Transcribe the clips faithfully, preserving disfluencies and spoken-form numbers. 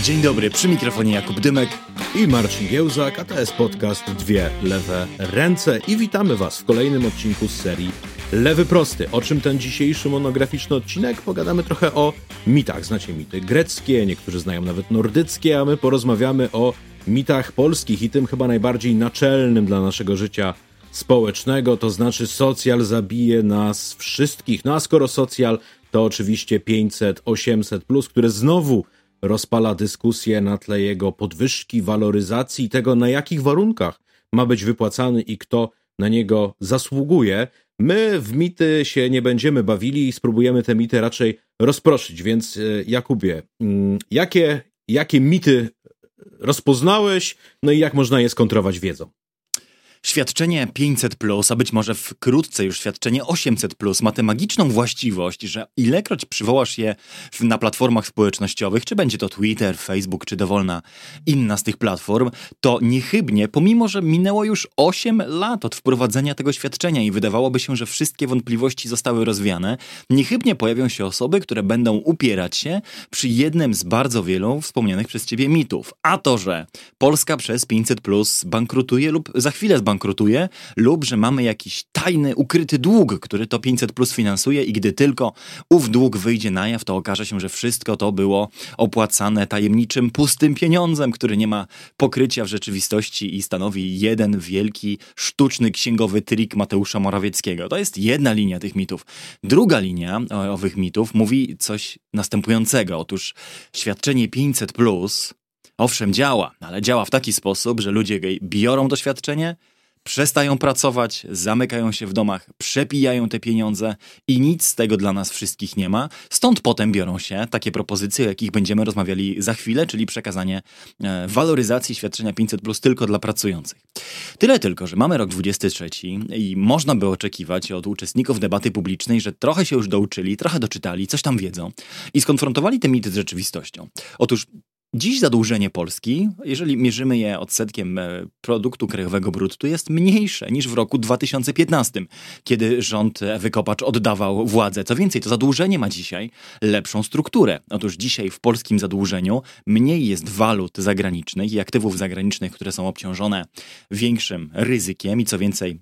Dzień dobry, przy mikrofonie Jakub Dymek i Marcin Giełzak, a to jest podcast Dwie Lewe Ręce i witamy Was w kolejnym odcinku z serii Lewy Prosty. O czym ten dzisiejszy monograficzny odcinek? Pogadamy trochę o mitach. Znacie mity greckie, niektórzy znają nawet nordyckie, a my porozmawiamy o mitach polskich i tym chyba najbardziej naczelnym dla naszego życia społecznego, to znaczy socjal zabije nas wszystkich. No a skoro socjal, to oczywiście pięćset, osiemset plus, które znowu rozpala dyskusję na tle jego podwyżki, waloryzacji, tego na jakich warunkach ma być wypłacany i kto na niego zasługuje. My w mity się nie będziemy bawili i spróbujemy te mity raczej rozproszyć, więc Jakubie, jakie, jakie mity rozpoznałeś, no i jak można je skontrować wiedzą? Świadczenie pięćset plus, a być może wkrótce już świadczenie osiemset plus ma tę magiczną właściwość, że ilekroć przywołasz je na platformach społecznościowych, czy będzie to Twitter, Facebook, czy dowolna inna z tych platform, to niechybnie, pomimo że minęło już osiem lat od wprowadzenia tego świadczenia i wydawałoby się, że wszystkie wątpliwości zostały rozwiane, niechybnie pojawią się osoby, które będą upierać się przy jednym z bardzo wielu wspomnianych przez ciebie mitów. A to, że Polska przez pięćset plus bankrutuje lub za chwilę zbankrutuje, bankrutuje, lub że mamy jakiś tajny, ukryty dług, który to pięćset plus finansuje i gdy tylko ów dług wyjdzie na jaw, to okaże się, że wszystko to było opłacane tajemniczym, pustym pieniądzem, który nie ma pokrycia w rzeczywistości i stanowi jeden wielki, sztuczny, księgowy trik Mateusza Morawieckiego. To jest jedna linia tych mitów. Druga linia owych mitów mówi coś następującego. Otóż świadczenie pięćset plus owszem działa, ale działa w taki sposób, że ludzie biorą to świadczenie, przestają pracować, zamykają się w domach, przepijają te pieniądze i nic z tego dla nas wszystkich nie ma. Stąd potem biorą się takie propozycje, o jakich będziemy rozmawiali za chwilę, czyli przekazanie e, waloryzacji świadczenia pięćset plus tylko dla pracujących. Tyle tylko, że mamy rok dwudziesty trzeci i można by oczekiwać od uczestników debaty publicznej, że trochę się już douczyli, trochę doczytali, coś tam wiedzą i skonfrontowali te mity z rzeczywistością. Otóż dziś zadłużenie Polski, jeżeli mierzymy je odsetkiem produktu krajowego brutto, jest mniejsze niż w roku dwa tysiące piętnastym, kiedy rząd Ewy Kopacz oddawał władzę. Co więcej, to zadłużenie ma dzisiaj lepszą strukturę. Otóż dzisiaj w polskim zadłużeniu mniej jest walut zagranicznych i aktywów zagranicznych, które są obciążone większym ryzykiem i co więcej,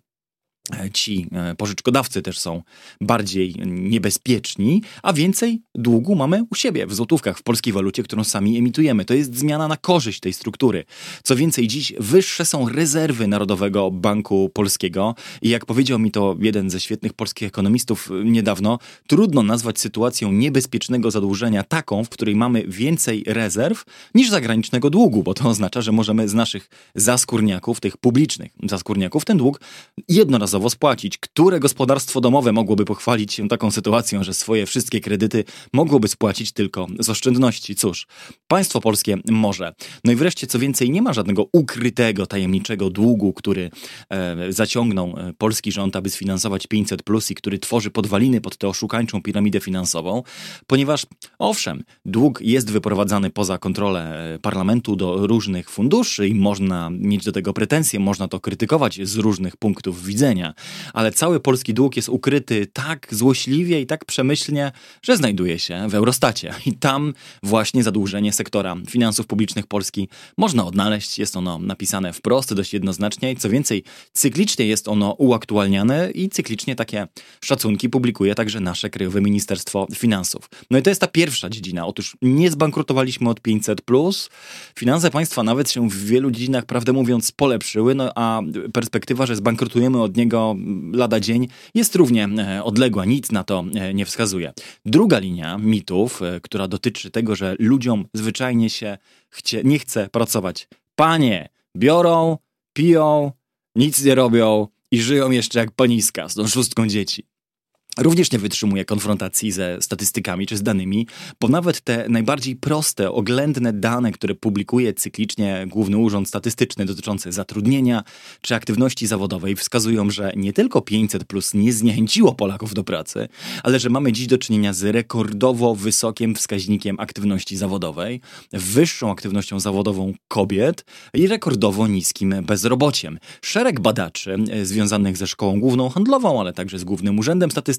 ci pożyczkodawcy też są bardziej niebezpieczni, a więcej długu mamy u siebie, w złotówkach, w polskiej walucie, którą sami emitujemy. To jest zmiana na korzyść tej struktury. Co więcej, dziś wyższe są rezerwy Narodowego Banku Polskiego i jak powiedział mi to jeden ze świetnych polskich ekonomistów niedawno, trudno nazwać sytuacją niebezpiecznego zadłużenia taką, w której mamy więcej rezerw niż zagranicznego długu, bo to oznacza, że możemy z naszych zaskórniaków, tych publicznych zaskórniaków, ten dług jednorazowo spłacić. Które gospodarstwo domowe mogłoby pochwalić się taką sytuacją, że swoje wszystkie kredyty mogłoby spłacić tylko z oszczędności? Cóż, państwo polskie może. No i wreszcie, co więcej, nie ma żadnego ukrytego, tajemniczego długu, który e, zaciągnął polski rząd, aby sfinansować pięćset plus i który tworzy podwaliny pod tę oszukańczą piramidę finansową, ponieważ owszem, dług jest wyprowadzany poza kontrolę parlamentu do różnych funduszy i można mieć do tego pretensje, można to krytykować z różnych punktów widzenia, ale cały polski dług jest ukryty tak złośliwie i tak przemyślnie, że znajduje się w Eurostacie. I tam właśnie zadłużenie sektora finansów publicznych Polski można odnaleźć. Jest ono napisane wprost, dość jednoznacznie i co więcej, cyklicznie jest ono uaktualniane i cyklicznie takie szacunki publikuje także nasze Krajowe Ministerstwo Finansów. No i to jest ta pierwsza dziedzina. Otóż nie zbankrutowaliśmy od pięćset plus. Finanse państwa nawet się w wielu dziedzinach, prawdę mówiąc, polepszyły, no a perspektywa, że zbankrutujemy od niego lada dzień, jest równie odległa. Nic na to nie wskazuje. Druga linia mitów, która dotyczy tego, że ludziom zwyczajnie się chcie, nie chce pracować. Panie, biorą, piją, nic nie robią i żyją jeszcze jak paniska z tą szóstką dzieci. Również nie wytrzymuje konfrontacji ze statystykami czy z danymi, bo nawet te najbardziej proste, oględne dane, które publikuje cyklicznie Główny Urząd Statystyczny dotyczące zatrudnienia czy aktywności zawodowej, wskazują, że nie tylko pięćset plus nie zniechęciło Polaków do pracy, ale że mamy dziś do czynienia z rekordowo wysokim wskaźnikiem aktywności zawodowej, wyższą aktywnością zawodową kobiet i rekordowo niskim bezrobociem. Szereg badaczy związanych ze Szkołą Główną Handlową, ale także z Głównym Urzędem Statystycznym,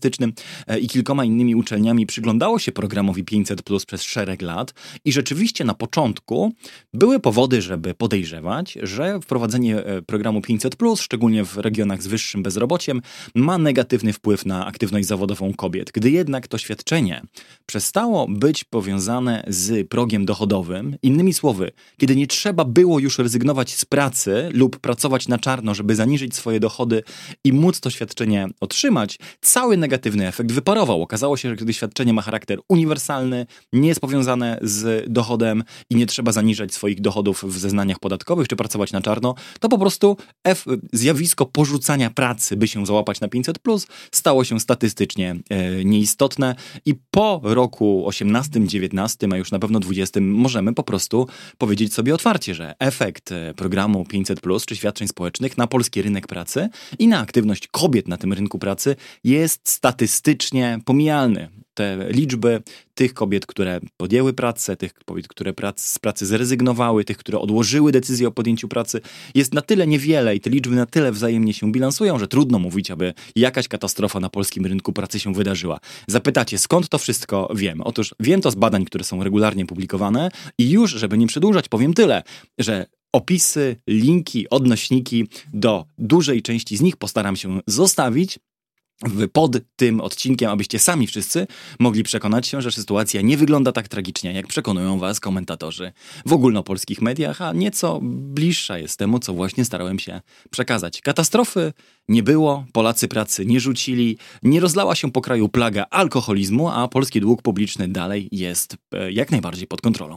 Humanistycznym i kilkoma innymi uczelniami przyglądało się programowi pięćset plus przez szereg lat i rzeczywiście na początku były powody, żeby podejrzewać, że wprowadzenie programu pięćset plus, szczególnie w regionach z wyższym bezrobociem, ma negatywny wpływ na aktywność zawodową kobiet. Gdy jednak to świadczenie przestało być powiązane z progiem dochodowym, innymi słowy, kiedy nie trzeba było już rezygnować z pracy lub pracować na czarno, żeby zaniżyć swoje dochody i móc to świadczenie otrzymać, cały negatywny efekt wyparował. Okazało się, że gdy świadczenie ma charakter uniwersalny, nie jest powiązane z dochodem i nie trzeba zaniżać swoich dochodów w zeznaniach podatkowych czy pracować na czarno, to po prostu F, zjawisko porzucania pracy, by się załapać na pięćset plus, stało się statystycznie e, nieistotne i po roku osiemnastym, dziewiętnastym, a już na pewno dwudziestym możemy po prostu powiedzieć sobie otwarcie, że efekt programu pięćset plus czy świadczeń społecznych na polski rynek pracy i na aktywność kobiet na tym rynku pracy jest statystycznie pomijalny. Te liczby tych kobiet, które podjęły pracę, tych kobiet, które prac, z pracy zrezygnowały, tych, które odłożyły decyzję o podjęciu pracy, jest na tyle niewiele i te liczby na tyle wzajemnie się bilansują, że trudno mówić, aby jakaś katastrofa na polskim rynku pracy się wydarzyła. Zapytacie, skąd to wszystko wiem? Otóż wiem to z badań, które są regularnie publikowane i już, żeby nie przedłużać, powiem tyle, że opisy, linki, odnośniki do dużej części z nich postaram się zostawić pod tym odcinkiem, abyście sami wszyscy mogli przekonać się, że sytuacja nie wygląda tak tragicznie, jak przekonują was komentatorzy w ogólnopolskich mediach, a nieco bliższa jest temu, co właśnie starałem się przekazać. Katastrofy nie było, Polacy pracy nie rzucili, nie rozlała się po kraju plaga alkoholizmu, a polski dług publiczny dalej jest jak najbardziej pod kontrolą.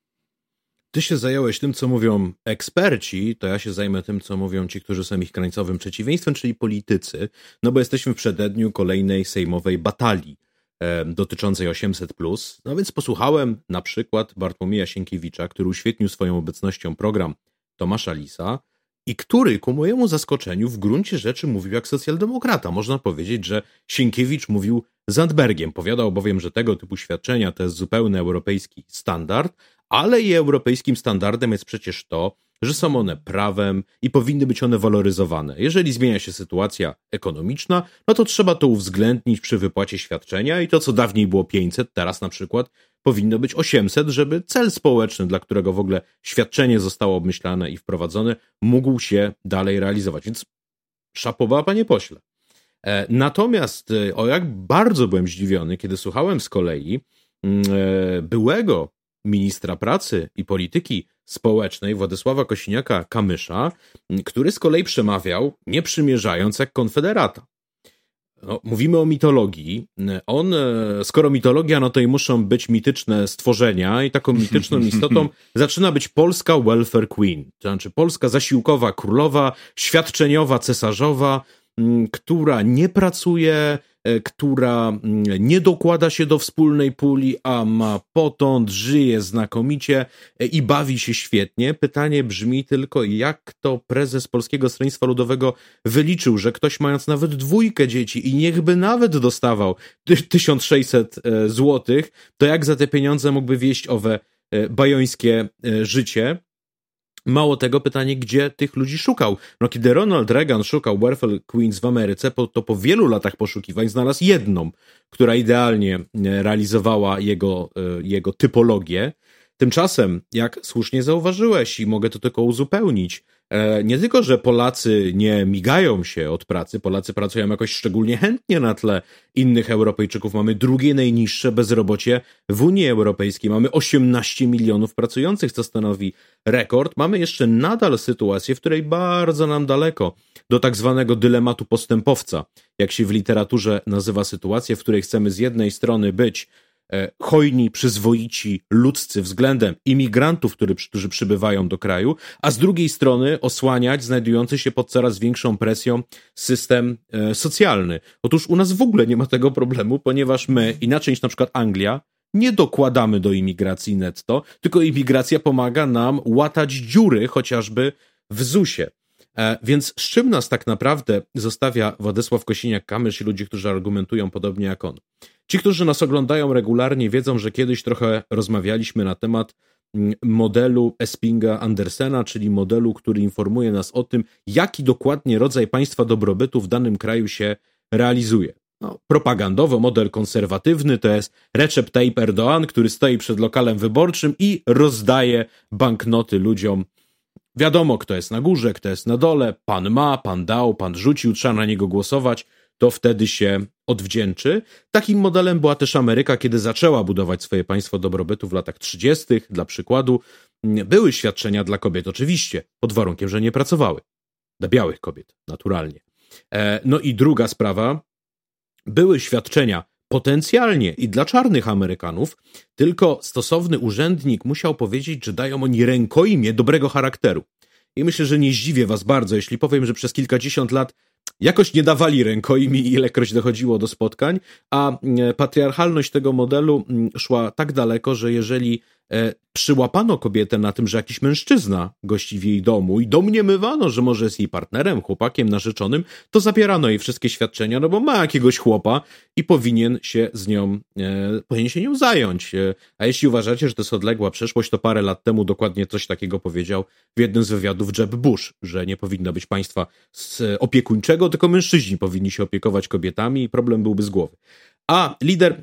Ty się zająłeś tym, co mówią eksperci, to ja się zajmę tym, co mówią ci, którzy są ich krańcowym przeciwieństwem, czyli politycy, no bo jesteśmy w przededniu kolejnej sejmowej batalii e, dotyczącej osiemset plus. No więc posłuchałem na przykład Bartłomieja Sienkiewicza, który uświetnił swoją obecnością program Tomasza Lisa i który ku mojemu zaskoczeniu w gruncie rzeczy mówił jak socjaldemokrata. Można powiedzieć, że Sienkiewicz mówił Zandbergiem. Powiadał bowiem, że tego typu świadczenia to jest zupełny europejski standard, ale i europejskim standardem jest przecież to, że są one prawem i powinny być one waloryzowane. Jeżeli zmienia się sytuacja ekonomiczna, no to trzeba to uwzględnić przy wypłacie świadczenia i to, co dawniej było pięćset, teraz na przykład powinno być osiemset, żeby cel społeczny, dla którego w ogóle świadczenie zostało obmyślane i wprowadzone, mógł się dalej realizować. Więc szapoba, panie pośle. Natomiast o jak bardzo byłem zdziwiony, kiedy słuchałem z kolei byłego ministra pracy i polityki społecznej Władysława Kosiniaka-Kamysza, który z kolei przemawiał, nie przymierzając jak konfederata. No, mówimy o mitologii. On, skoro mitologia, no to i muszą być mityczne stworzenia i taką mityczną istotą zaczyna być polska welfare queen, to znaczy polska zasiłkowa królowa, świadczeniowa cesarzowa, która nie pracuje, która nie dokłada się do wspólnej puli, a ma potąd, żyje znakomicie i bawi się świetnie. Pytanie brzmi tylko, jak to prezes Polskiego Stronnictwa Ludowego wyliczył, że ktoś mając nawet dwójkę dzieci i niechby nawet dostawał tysiąc sześćset złotych, to jak za te pieniądze mógłby wieść owe bajońskie życie? Mało tego, pytanie, gdzie tych ludzi szukał. No, kiedy Ronald Reagan szukał welfare queens w Ameryce, to po wielu latach poszukiwań znalazł jedną, która idealnie realizowała jego, jego typologię. Tymczasem, jak słusznie zauważyłeś i mogę to tylko uzupełnić, nie tylko, że Polacy nie migają się od pracy, Polacy pracują jakoś szczególnie chętnie na tle innych Europejczyków. Mamy drugie najniższe bezrobocie w Unii Europejskiej. Mamy osiemnaście milionów pracujących, co stanowi rekord. Mamy jeszcze nadal sytuację, w której bardzo nam daleko do tak zwanego dylematu postępowca, jak się w literaturze nazywa sytuację, w której chcemy z jednej strony być hojni, przyzwoici, ludzcy względem imigrantów, który, którzy przybywają do kraju, a z drugiej strony osłaniać znajdujący się pod coraz większą presją system e, socjalny. Otóż u nas w ogóle nie ma tego problemu, ponieważ my, inaczej niż na przykład Anglia, nie dokładamy do imigracji netto, tylko imigracja pomaga nam łatać dziury chociażby w zusie. E, więc z czym nas tak naprawdę zostawia Władysław Kosiniak-Kamysz i ludzie, którzy argumentują podobnie jak on? Ci, którzy nas oglądają regularnie, wiedzą, że kiedyś trochę rozmawialiśmy na temat modelu Espinga-Andersena, czyli modelu, który informuje nas o tym, jaki dokładnie rodzaj państwa dobrobytu w danym kraju się realizuje. no, propagandowo, model konserwatywny to jest Recep Tayyip Erdoğan, który stoi przed lokalem wyborczym i rozdaje banknoty ludziom. Wiadomo, kto jest na górze, kto jest na dole, pan ma, pan dał, pan rzucił, trzeba na niego głosować, to wtedy się odwdzięczy. Takim modelem była też Ameryka, kiedy zaczęła budować swoje państwo dobrobytu w latach trzydziestych. Dla przykładu były świadczenia dla kobiet, oczywiście, pod warunkiem, że nie pracowały. Dla białych kobiet, naturalnie. No i druga sprawa, były świadczenia potencjalnie i dla czarnych Amerykanów, tylko stosowny urzędnik musiał powiedzieć, że dają oni rękojmię dobrego charakteru. I myślę, że nie zdziwię was bardzo, jeśli powiem, że przez kilkadziesiąt lat jakoś nie dawali rękojmi, ilekroć dochodziło do spotkań, a patriarchalność tego modelu szła tak daleko, że jeżeli przyłapano kobietę na tym, że jakiś mężczyzna gości w jej domu i domniemywano, że może jest jej partnerem, chłopakiem, narzeczonym, to zabierano jej wszystkie świadczenia, no bo ma jakiegoś chłopa i powinien się z nią, e, powinien się nią zająć. A jeśli uważacie, że to jest odległa przeszłość, to parę lat temu dokładnie coś takiego powiedział w jednym z wywiadów Jeb Bush, że nie powinno być państwa opiekuńczego, tylko mężczyźni powinni się opiekować kobietami i problem byłby z głowy. A lider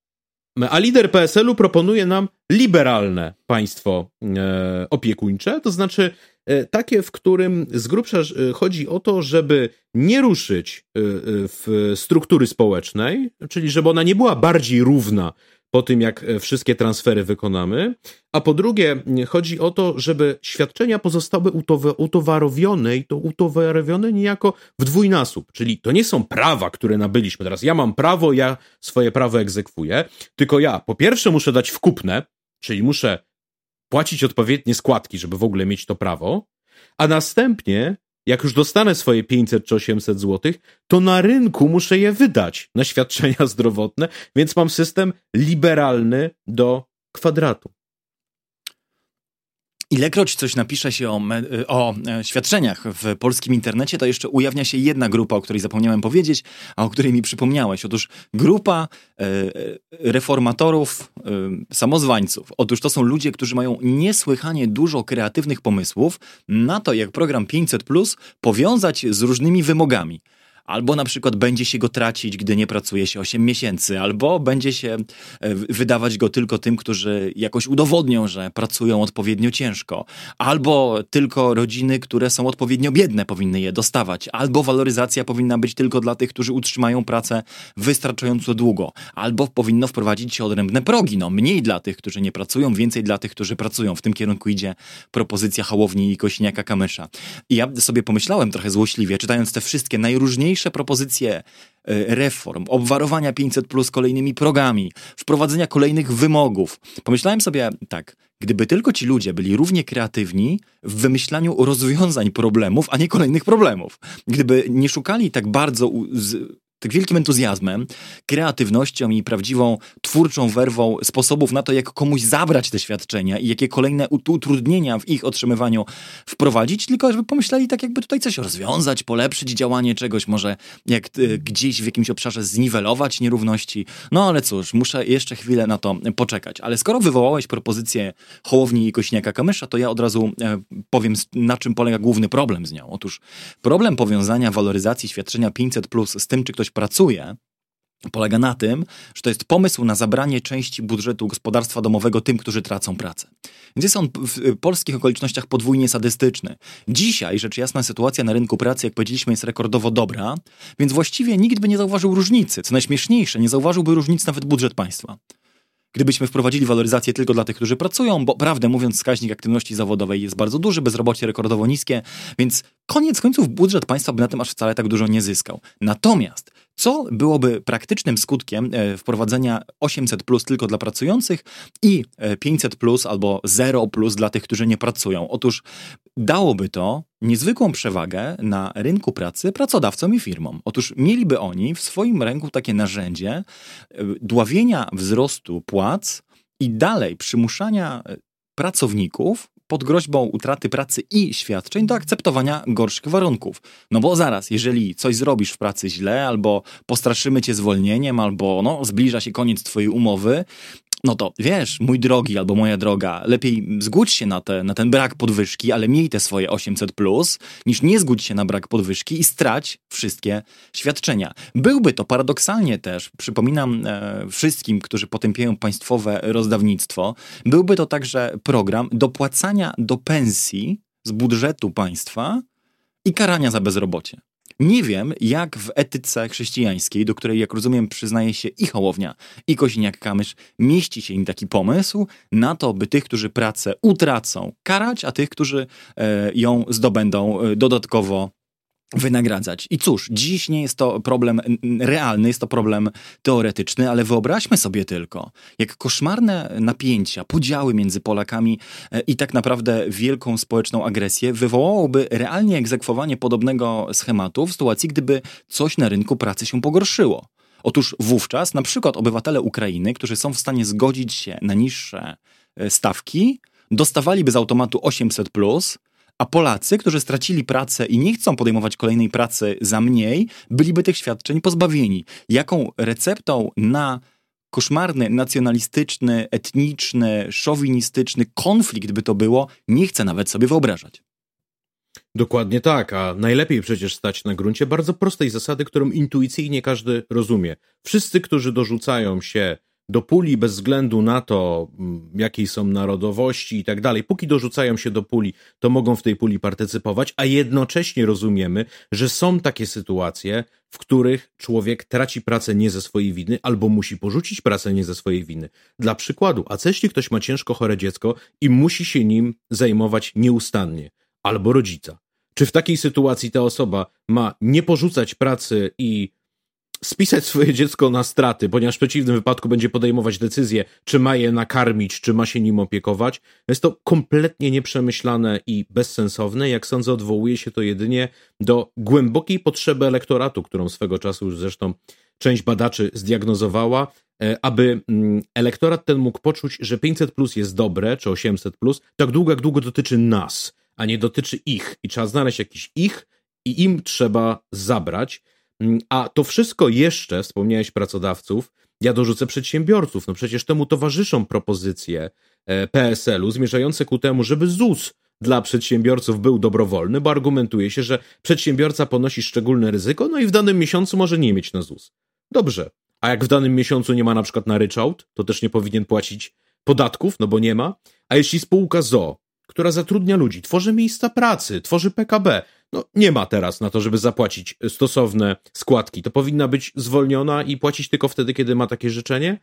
A lider P S L u proponuje nam liberalne państwo e, opiekuńcze, to znaczy e, takie, w którym z grubsza chodzi o to, żeby nie ruszyć e, w struktury społecznej, czyli żeby ona nie była bardziej równa po tym, jak wszystkie transfery wykonamy, a po drugie chodzi o to, żeby świadczenia pozostały utowarowione i to utowarowione niejako w dwójnasób, czyli to nie są prawa, które nabyliśmy. Teraz ja mam prawo, ja swoje prawo egzekwuję, tylko ja po pierwsze muszę dać w kupne, czyli muszę płacić odpowiednie składki, żeby w ogóle mieć to prawo, a następnie jak już dostanę swoje pięćset czy osiemset złotych, to na rynku muszę je wydać na świadczenia zdrowotne, więc mam system liberalny do kwadratu. Ilekroć coś napisze się o, me- o e, świadczeniach w polskim internecie, to jeszcze ujawnia się jedna grupa, o której zapomniałem powiedzieć, a o której mi przypomniałeś. Otóż grupa e, reformatorów, e, samozwańców. Otóż to są ludzie, którzy mają niesłychanie dużo kreatywnych pomysłów na to, jak program pięćset plus powiązać z różnymi wymogami. Albo na przykład będzie się go tracić, gdy nie pracuje się osiem miesięcy, albo będzie się wydawać go tylko tym, którzy jakoś udowodnią, że pracują odpowiednio ciężko, albo tylko rodziny, które są odpowiednio biedne, powinny je dostawać, albo waloryzacja powinna być tylko dla tych, którzy utrzymają pracę wystarczająco długo, albo powinno wprowadzić się odrębne progi, no mniej dla tych, którzy nie pracują, więcej dla tych, którzy pracują. W tym kierunku idzie propozycja Hołowni i Kosiniaka-Kamysza. I ja sobie pomyślałem trochę złośliwie, czytając te wszystkie najróżniejsze propozycje reform, obwarowania pięćset plus kolejnymi progami, wprowadzenia kolejnych wymogów. Pomyślałem sobie tak, gdyby tylko ci ludzie byli równie kreatywni w wymyślaniu rozwiązań problemów, a nie kolejnych problemów. Gdyby nie szukali tak bardzo z tak wielkim entuzjazmem, kreatywnością i prawdziwą twórczą werwą sposobów na to, jak komuś zabrać te świadczenia i jakie kolejne utrudnienia w ich otrzymywaniu wprowadzić, tylko żeby pomyśleli tak, jakby tutaj coś rozwiązać, polepszyć działanie czegoś, może jak y, gdzieś w jakimś obszarze zniwelować nierówności. No ale cóż, muszę jeszcze chwilę na to poczekać. Ale skoro wywołałeś propozycję Hołowni i Kosiniaka-Kamysza, to ja od razu e, powiem, na czym polega główny problem z nią. Otóż problem powiązania waloryzacji świadczenia pięćset plus z tym, czy ktoś pracuje, polega na tym, że to jest pomysł na zabranie części budżetu gospodarstwa domowego tym, którzy tracą pracę. Więc jest on w polskich okolicznościach podwójnie sadystyczny. Dzisiaj, rzecz jasna, sytuacja na rynku pracy, jak powiedzieliśmy, jest rekordowo dobra, więc właściwie nikt by nie zauważył różnicy. Co najśmieszniejsze, nie zauważyłby różnic nawet budżet państwa. Gdybyśmy wprowadzili waloryzację tylko dla tych, którzy pracują, bo prawdę mówiąc wskaźnik aktywności zawodowej jest bardzo duży, bezrobocie rekordowo niskie, więc koniec końców budżet państwa by na tym aż wcale tak dużo nie zyskał. Natomiast co byłoby praktycznym skutkiem e, wprowadzenia osiemset plus tylko dla pracujących i e, pięćset plus albo zero plus dla tych, którzy nie pracują? Otóż dałoby to niezwykłą przewagę na rynku pracy pracodawcom i firmom. Otóż mieliby oni w swoim ręku takie narzędzie e, dławienia wzrostu płac i dalej przymuszania pracowników pod groźbą utraty pracy i świadczeń do akceptowania gorszych warunków. No bo zaraz, jeżeli coś zrobisz w pracy źle, albo postraszymy cię zwolnieniem, albo no, zbliża się koniec twojej umowy, no to wiesz, mój drogi albo moja droga, lepiej zgódź się na, te, na ten brak podwyżki, ale miej te swoje osiemset plus, niż nie zgódź się na brak podwyżki i strać wszystkie świadczenia. Byłby to paradoksalnie też, przypominam e, wszystkim, którzy potępiają państwowe rozdawnictwo, byłby to także program dopłacania do pensji z budżetu państwa i karania za bezrobocie. Nie wiem, jak w etyce chrześcijańskiej, do której, jak rozumiem, przyznaje się i Hołownia, i Kosiniak-Kamysz, mieści się im taki pomysł na to, by tych, którzy pracę utracą, karać, a tych, którzy e, ją zdobędą, e, dodatkowo wynagradzać. I cóż, dziś nie jest to problem realny, jest to problem teoretyczny, ale wyobraźmy sobie tylko, jak koszmarne napięcia, podziały między Polakami i tak naprawdę wielką społeczną agresję wywołałoby realnie egzekwowanie podobnego schematu w sytuacji, gdyby coś na rynku pracy się pogorszyło. Otóż wówczas na przykład obywatele Ukrainy, którzy są w stanie zgodzić się na niższe stawki, dostawaliby z automatu osiemset plus, a Polacy, którzy stracili pracę i nie chcą podejmować kolejnej pracy za mniej, byliby tych świadczeń pozbawieni. Jaką receptą na koszmarny, nacjonalistyczny, etniczny, szowinistyczny konflikt by to było, nie chcę nawet sobie wyobrażać. Dokładnie tak, a najlepiej przecież stać na gruncie bardzo prostej zasady, którą intuicyjnie każdy rozumie. Wszyscy, którzy dorzucają się do puli bez względu na to, jakiej są narodowości i tak dalej, póki dorzucają się do puli, to mogą w tej puli partycypować, a jednocześnie rozumiemy, że są takie sytuacje, w których człowiek traci pracę nie ze swojej winy, albo musi porzucić pracę nie ze swojej winy. Dla przykładu, a co jeśli ktoś ma ciężko chore dziecko i musi się nim zajmować nieustannie, albo rodzica? Czy w takiej sytuacji ta osoba ma nie porzucać pracy i spisać swoje dziecko na straty, ponieważ w przeciwnym wypadku będzie podejmować decyzję, czy ma je nakarmić, czy ma się nim opiekować? Jest to kompletnie nieprzemyślane i bezsensowne. Jak sądzę, odwołuje się to jedynie do głębokiej potrzeby elektoratu, którą swego czasu już zresztą część badaczy zdiagnozowała, aby elektorat ten mógł poczuć, że pięćset plus jest dobre, czy osiemset plus, tak długo jak długo dotyczy nas, a nie dotyczy ich. I trzeba znaleźć jakiś ich i im trzeba zabrać. A to wszystko jeszcze, wspomniałeś pracodawców, ja dorzucę przedsiębiorców. No przecież temu towarzyszą propozycje P S L u zmierzające ku temu, żeby ZUS dla przedsiębiorców był dobrowolny, bo argumentuje się, że przedsiębiorca ponosi szczególne ryzyko, no i w danym miesiącu może nie mieć na ZUS. Dobrze, a jak w danym miesiącu nie ma na przykład na ryczałt, to też nie powinien płacić podatków, no bo nie ma. A jeśli spółka z o o, która zatrudnia ludzi, tworzy miejsca pracy, tworzy P K B, no nie ma teraz na to, żeby zapłacić stosowne składki, to powinna być zwolniona i płacić tylko wtedy, kiedy ma takie życzenie.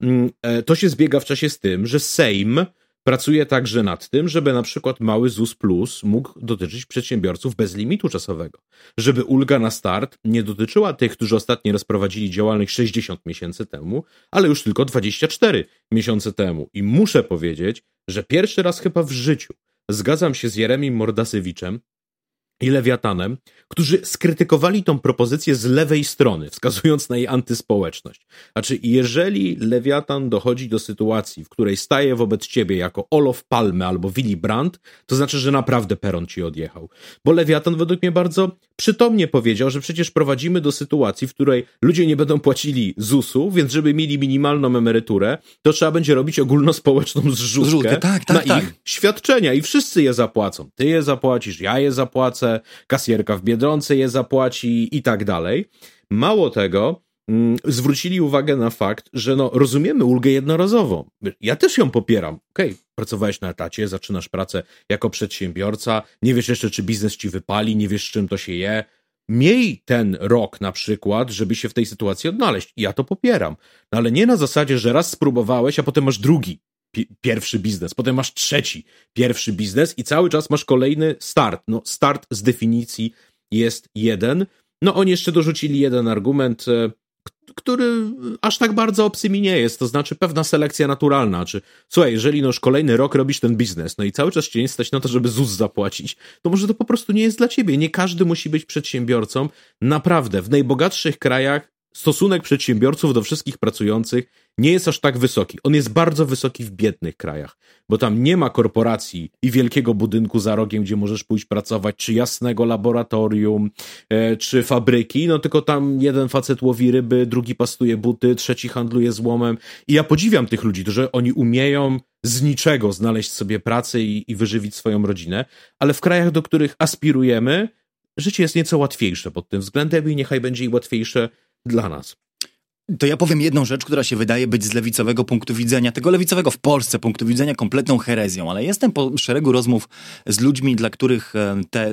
To się zbiega w czasie z tym, że Sejm pracuje także nad tym, żeby na przykład mały ZUS Plus mógł dotyczyć przedsiębiorców bez limitu czasowego. Żeby ulga na start nie dotyczyła tych, którzy ostatnio rozprowadzili działalność sześćdziesiąt miesięcy temu, ale już tylko dwadzieścia cztery miesiące temu. I muszę powiedzieć, że pierwszy raz chyba w życiu zgadzam się z Jeremim Mordasewiczem i Lewiatanem, którzy skrytykowali tą propozycję z lewej strony, wskazując na jej antyspołeczność. Znaczy, jeżeli Lewiatan dochodzi do sytuacji, w której staje wobec ciebie jako Olof Palme albo Willy Brandt, to znaczy, że naprawdę peron ci odjechał. Bo Lewiatan według mnie bardzo przytomnie powiedział, że przecież prowadzimy do sytuacji, w której ludzie nie będą płacili zusu, więc żeby mieli minimalną emeryturę, to trzeba będzie robić ogólnospołeczną zrzutkę, zrzutkę tak, tak, na tak. ich świadczenia i wszyscy je zapłacą. Ty je zapłacisz, ja je zapłacę, kasjerka w Biedronce je zapłaci i tak dalej. Mało tego, mm, zwrócili uwagę na fakt, że no, rozumiemy ulgę jednorazową. Ja też ją popieram. Okej, okay, pracowałeś na etacie, zaczynasz pracę jako przedsiębiorca, nie wiesz jeszcze, czy biznes ci wypali, nie wiesz, czym to się je. Miej ten rok na przykład, żeby się w tej sytuacji odnaleźć. I ja to popieram. No, ale nie na zasadzie, że raz spróbowałeś, a potem masz drugi. Pierwszy biznes, potem masz trzeci pierwszy biznes i cały czas masz kolejny start. No start z definicji jest jeden. No oni jeszcze dorzucili jeden argument, który aż tak bardzo obcy mi nie jest, to znaczy pewna selekcja naturalna. Czy słuchaj, jeżeli no już kolejny rok robisz ten biznes, no i cały czas cię nie stać na to, żeby ZUS zapłacić, to może to po prostu nie jest dla ciebie. Nie każdy musi być przedsiębiorcą. Naprawdę, w najbogatszych krajach stosunek przedsiębiorców do wszystkich pracujących nie jest aż tak wysoki. On jest bardzo wysoki w biednych krajach, bo tam nie ma korporacji i wielkiego budynku za rogiem, gdzie możesz pójść pracować, czy jasnego laboratorium, e, czy fabryki, no tylko tam jeden facet łowi ryby, drugi pastuje buty, trzeci handluje złomem. I ja podziwiam tych ludzi, że oni umieją z niczego znaleźć sobie pracę i, i wyżywić swoją rodzinę, ale w krajach, do których aspirujemy, życie jest nieco łatwiejsze pod tym względem i niechaj będzie i łatwiejsze dla nas. To ja powiem jedną rzecz, która się wydaje być z lewicowego punktu widzenia, tego lewicowego w Polsce punktu widzenia kompletną herezją, ale jestem po szeregu rozmów z ludźmi, dla których te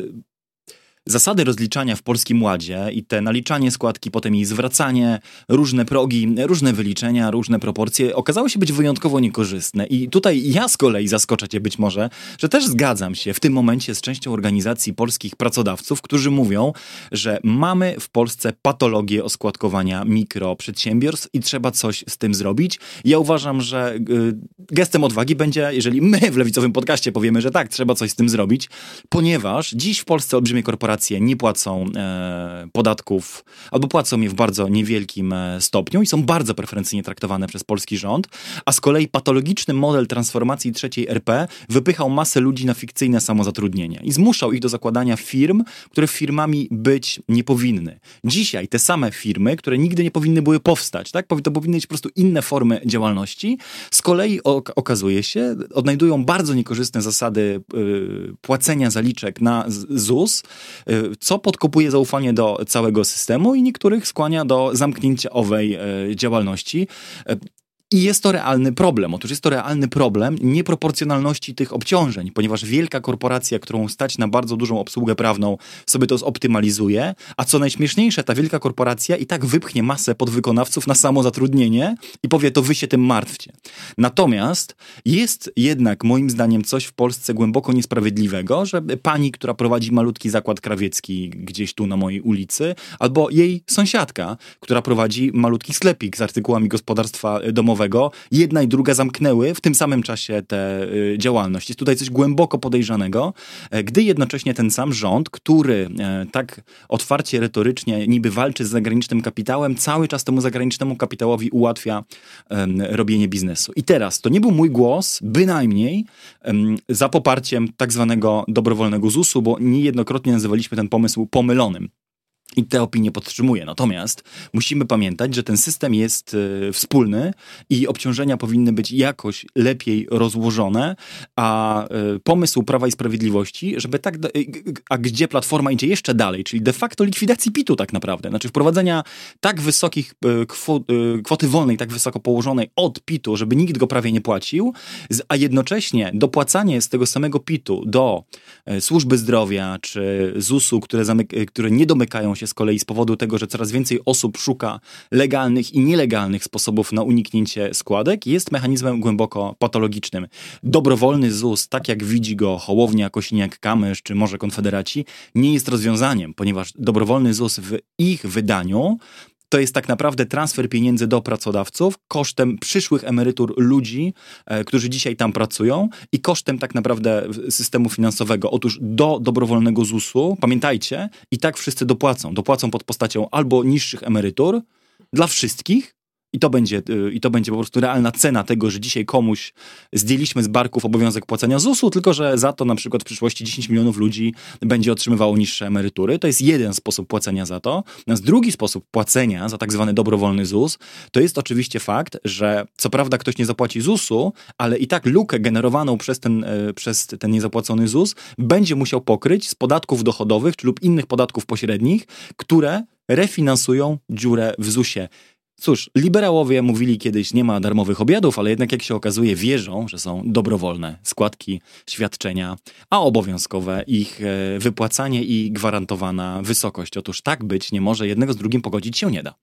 zasady rozliczania w Polskim Ładzie i te naliczanie składki, potem jej zwracanie, różne progi, różne wyliczenia, różne proporcje okazały się być wyjątkowo niekorzystne. I tutaj ja z kolei zaskoczę cię być może, że też zgadzam się w tym momencie z częścią organizacji polskich pracodawców, którzy mówią, że mamy w Polsce patologię oskładkowania mikroprzedsiębiorstw i trzeba coś z tym zrobić. Ja uważam, że y, gestem odwagi będzie, jeżeli my w lewicowym podcaście powiemy, że tak, trzeba coś z tym zrobić, ponieważ dziś w Polsce olbrzymie korporacje nie płacą e, podatków, albo płacą je w bardzo niewielkim e, stopniu i są bardzo preferencyjnie traktowane przez polski rząd, a z kolei patologiczny model transformacji trzeciej R P wypychał masę ludzi na fikcyjne samozatrudnienie i zmuszał ich do zakładania firm, które firmami być nie powinny. Dzisiaj te same firmy, które nigdy nie powinny były powstać, tak? To powinny być po prostu inne formy działalności, z kolei ok- okazuje się, odnajdują bardzo niekorzystne zasady y, płacenia zaliczek na Z U S, co podkopuje zaufanie do całego systemu i niektórych skłania do zamknięcia owej e, działalności. E, I jest to realny problem. Otóż jest to realny problem nieproporcjonalności tych obciążeń, ponieważ wielka korporacja, którą stać na bardzo dużą obsługę prawną, sobie to zoptymalizuje, a co najśmieszniejsze, ta wielka korporacja i tak wypchnie masę podwykonawców na samozatrudnienie i powie, to wy się tym martwcie. Natomiast jest jednak moim zdaniem coś w Polsce głęboko niesprawiedliwego, że pani, która prowadzi malutki zakład krawiecki gdzieś tu na mojej ulicy, albo jej sąsiadka, która prowadzi malutki sklepik z artykułami gospodarstwa domowego, jedna i druga zamknęły w tym samym czasie tę y, działalność. Jest tutaj coś głęboko podejrzanego, e, gdy jednocześnie ten sam rząd, który e, tak otwarcie, retorycznie niby walczy z zagranicznym kapitałem, cały czas temu zagranicznemu kapitałowi ułatwia e, robienie biznesu. I teraz, to nie był mój głos, bynajmniej e, za poparciem tak zwanego dobrowolnego Z U S u, bo niejednokrotnie nazywaliśmy ten pomysł pomylonym. I te opinie podtrzymuję. Natomiast musimy pamiętać, że ten system jest y, wspólny i obciążenia powinny być jakoś lepiej rozłożone, a y, pomysł Prawa i Sprawiedliwości, żeby tak, y, a gdzie Platforma idzie jeszcze dalej, czyli de facto likwidacji pitu tak naprawdę, znaczy wprowadzenia tak wysokich y, kwot, y, kwoty wolnej, tak wysoko położonej od pitu, żeby nikt go prawie nie płacił, z, a jednocześnie dopłacanie z tego samego pitu do y, służby zdrowia czy Z U S u, które, zamyk- które nie domykają się z kolei z powodu tego, że coraz więcej osób szuka legalnych i nielegalnych sposobów na uniknięcie składek, jest mechanizmem głęboko patologicznym. Dobrowolny Z U S, tak jak widzi go Hołownia, Kosiniak-Kamysz czy może Konfederaci, nie jest rozwiązaniem, ponieważ dobrowolny Z U S w ich wydaniu to jest tak naprawdę transfer pieniędzy do pracodawców kosztem przyszłych emerytur ludzi, e, którzy dzisiaj tam pracują i kosztem tak naprawdę systemu finansowego. Otóż do dobrowolnego Z U S u, pamiętajcie, i tak wszyscy dopłacą. Dopłacą pod postacią albo niższych emerytur dla wszystkich, I to będzie, i to będzie po prostu realna cena tego, że dzisiaj komuś zdjęliśmy z barków obowiązek płacenia Z U S u, tylko że za to na przykład w przyszłości dziesięć milionów ludzi będzie otrzymywało niższe emerytury. To jest jeden sposób płacenia za to. Natomiast drugi sposób płacenia za tak zwany dobrowolny Z U S to jest oczywiście fakt, że co prawda ktoś nie zapłaci Z U S u, ale i tak lukę generowaną przez ten, przez ten niezapłacony Z U S będzie musiał pokryć z podatków dochodowych czy lub innych podatków pośrednich, które refinansują dziurę w Z U S ie. Cóż, liberałowie mówili kiedyś, nie ma darmowych obiadów, ale jednak jak się okazuje wierzą, że są dobrowolne składki, świadczenia, a obowiązkowe ich wypłacanie i gwarantowana wysokość. Otóż tak być nie może, jednego z drugim pogodzić się nie da.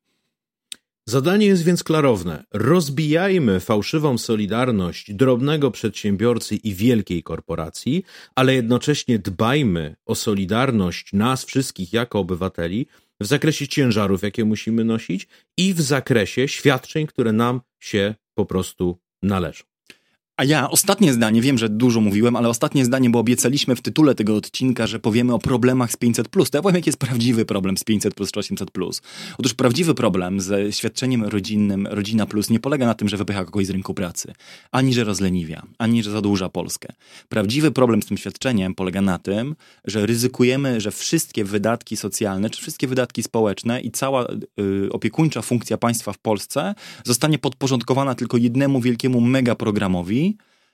Zadanie jest więc klarowne. Rozbijajmy fałszywą solidarność drobnego przedsiębiorcy i wielkiej korporacji, ale jednocześnie dbajmy o solidarność nas wszystkich jako obywateli w zakresie ciężarów, jakie musimy nosić i w zakresie świadczeń, które nam się po prostu należą. A ja ostatnie zdanie, wiem, że dużo mówiłem, ale ostatnie zdanie, bo obiecaliśmy w tytule tego odcinka, że powiemy o problemach z pięćset plus. To ja powiem, jaki jest prawdziwy problem z pięćset plus czy osiemset plus. Otóż prawdziwy problem ze świadczeniem rodzinnym Rodzina Plus nie polega na tym, że wypycha kogoś z rynku pracy, ani że rozleniwia, ani że zadłuża Polskę. Prawdziwy problem z tym świadczeniem polega na tym, że ryzykujemy, że wszystkie wydatki socjalne, czy wszystkie wydatki społeczne i cała y, opiekuńcza funkcja państwa w Polsce zostanie podporządkowana tylko jednemu wielkiemu megaprogramowi,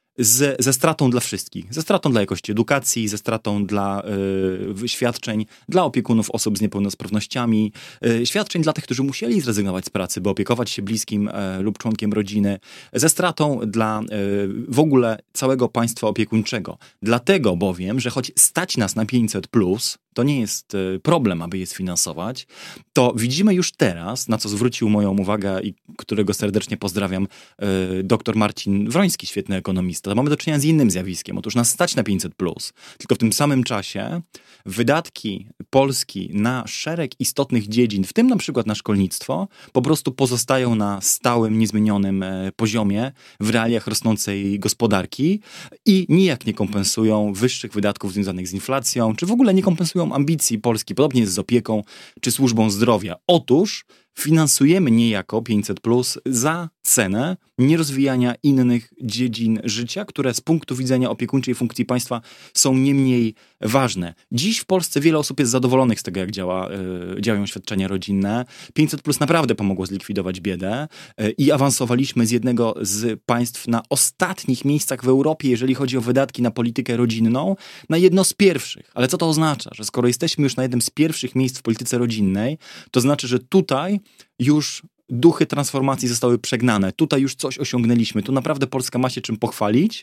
Z, ze stratą dla wszystkich. Ze stratą dla jakości edukacji, ze stratą dla y, świadczeń dla opiekunów osób z niepełnosprawnościami, y, świadczeń dla tych, którzy musieli zrezygnować z pracy, by opiekować się bliskim y, lub członkiem rodziny, ze stratą dla y, w ogóle całego państwa opiekuńczego. Dlatego bowiem, że choć stać nas na pięćset plus, to nie jest y, problem, aby je sfinansować, to widzimy już teraz, na co zwrócił moją uwagę i którego serdecznie pozdrawiam, y, dr Marcin Wroński, świetny ekonomista. Mamy do czynienia z innym zjawiskiem. Otóż nas stać na pięćset plus, tylko w tym samym czasie wydatki Polski na szereg istotnych dziedzin, w tym na przykład na szkolnictwo, po prostu pozostają na stałym, niezmienionym e, poziomie w realiach rosnącej gospodarki i nijak nie kompensują wyższych wydatków związanych z inflacją, czy w ogóle nie kompensują ambicji Polski, podobnie jest z opieką czy służbą zdrowia. Otóż finansujemy niejako pięćset plus za cenę nierozwijania innych dziedzin życia, które z punktu widzenia opiekuńczej funkcji państwa są nie mniej ważne. Dziś w Polsce wiele osób jest zadowolonych z tego, jak działa, yy, działają świadczenia rodzinne. pięćset plus naprawdę pomogło zlikwidować biedę yy, i awansowaliśmy z jednego z państw na ostatnich miejscach w Europie, jeżeli chodzi o wydatki na politykę rodzinną, na jedno z pierwszych. Ale co to oznacza? Że skoro jesteśmy już na jednym z pierwszych miejsc w polityce rodzinnej, to znaczy, że tutaj już duchy transformacji zostały przegnane. Tutaj już coś osiągnęliśmy. Tu naprawdę Polska ma się czym pochwalić,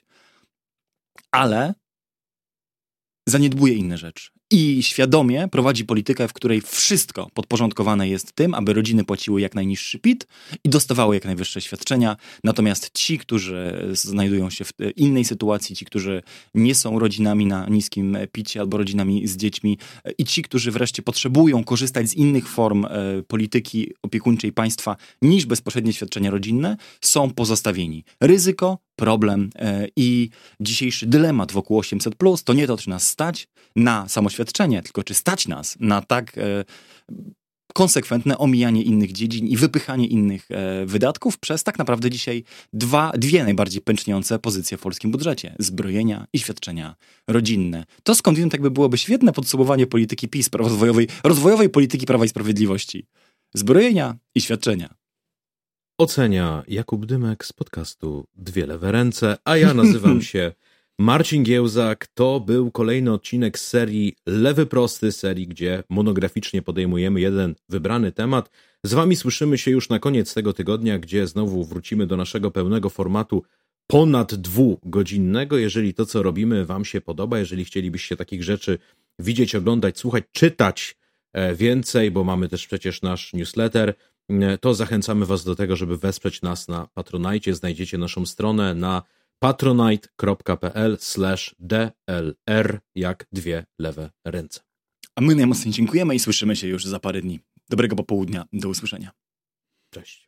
ale zaniedbuje inne rzeczy. I świadomie prowadzi politykę, w której wszystko podporządkowane jest tym, aby rodziny płaciły jak najniższy P I T i dostawały jak najwyższe świadczenia. Natomiast ci, którzy znajdują się w innej sytuacji, ci, którzy nie są rodzinami na niskim P I T-cie albo rodzinami z dziećmi i ci, którzy wreszcie potrzebują korzystać z innych form e, polityki opiekuńczej państwa niż bezpośrednie świadczenia rodzinne, są pozostawieni. Ryzyko, problem e, i dzisiejszy dylemat wokół osiemset plus to nie to, czy nas stać na samoświadczenie, tylko czy stać nas na tak e, konsekwentne omijanie innych dziedzin i wypychanie innych e, wydatków przez tak naprawdę dzisiaj dwa, dwie najbardziej pęczniące pozycje w polskim budżecie. Zbrojenia i świadczenia rodzinne. To skądinąd jakby byłoby świetne podsumowanie polityki PiS, rozwojowej, rozwojowej polityki Prawa i Sprawiedliwości. Zbrojenia i świadczenia. Ocenia Jakub Dymek z podcastu Dwie Lewe Ręce, a ja nazywam się Marcin Giełzak. To był kolejny odcinek z serii Lewy Prosty, serii, gdzie monograficznie podejmujemy jeden wybrany temat. Z wami słyszymy się już na koniec tego tygodnia, gdzie znowu wrócimy do naszego pełnego formatu ponad dwugodzinnego. Jeżeli to, co robimy, wam się podoba, jeżeli chcielibyście takich rzeczy widzieć, oglądać, słuchać, czytać więcej, bo mamy też przecież nasz newsletter, to zachęcamy was do tego, żeby wesprzeć nas na Patronite. Znajdziecie naszą stronę na patronite.pl slash dlr jak dwie lewe ręce. A my najmocniej dziękujemy i słyszymy się już za parę dni. Dobrego popołudnia. Do usłyszenia. Cześć.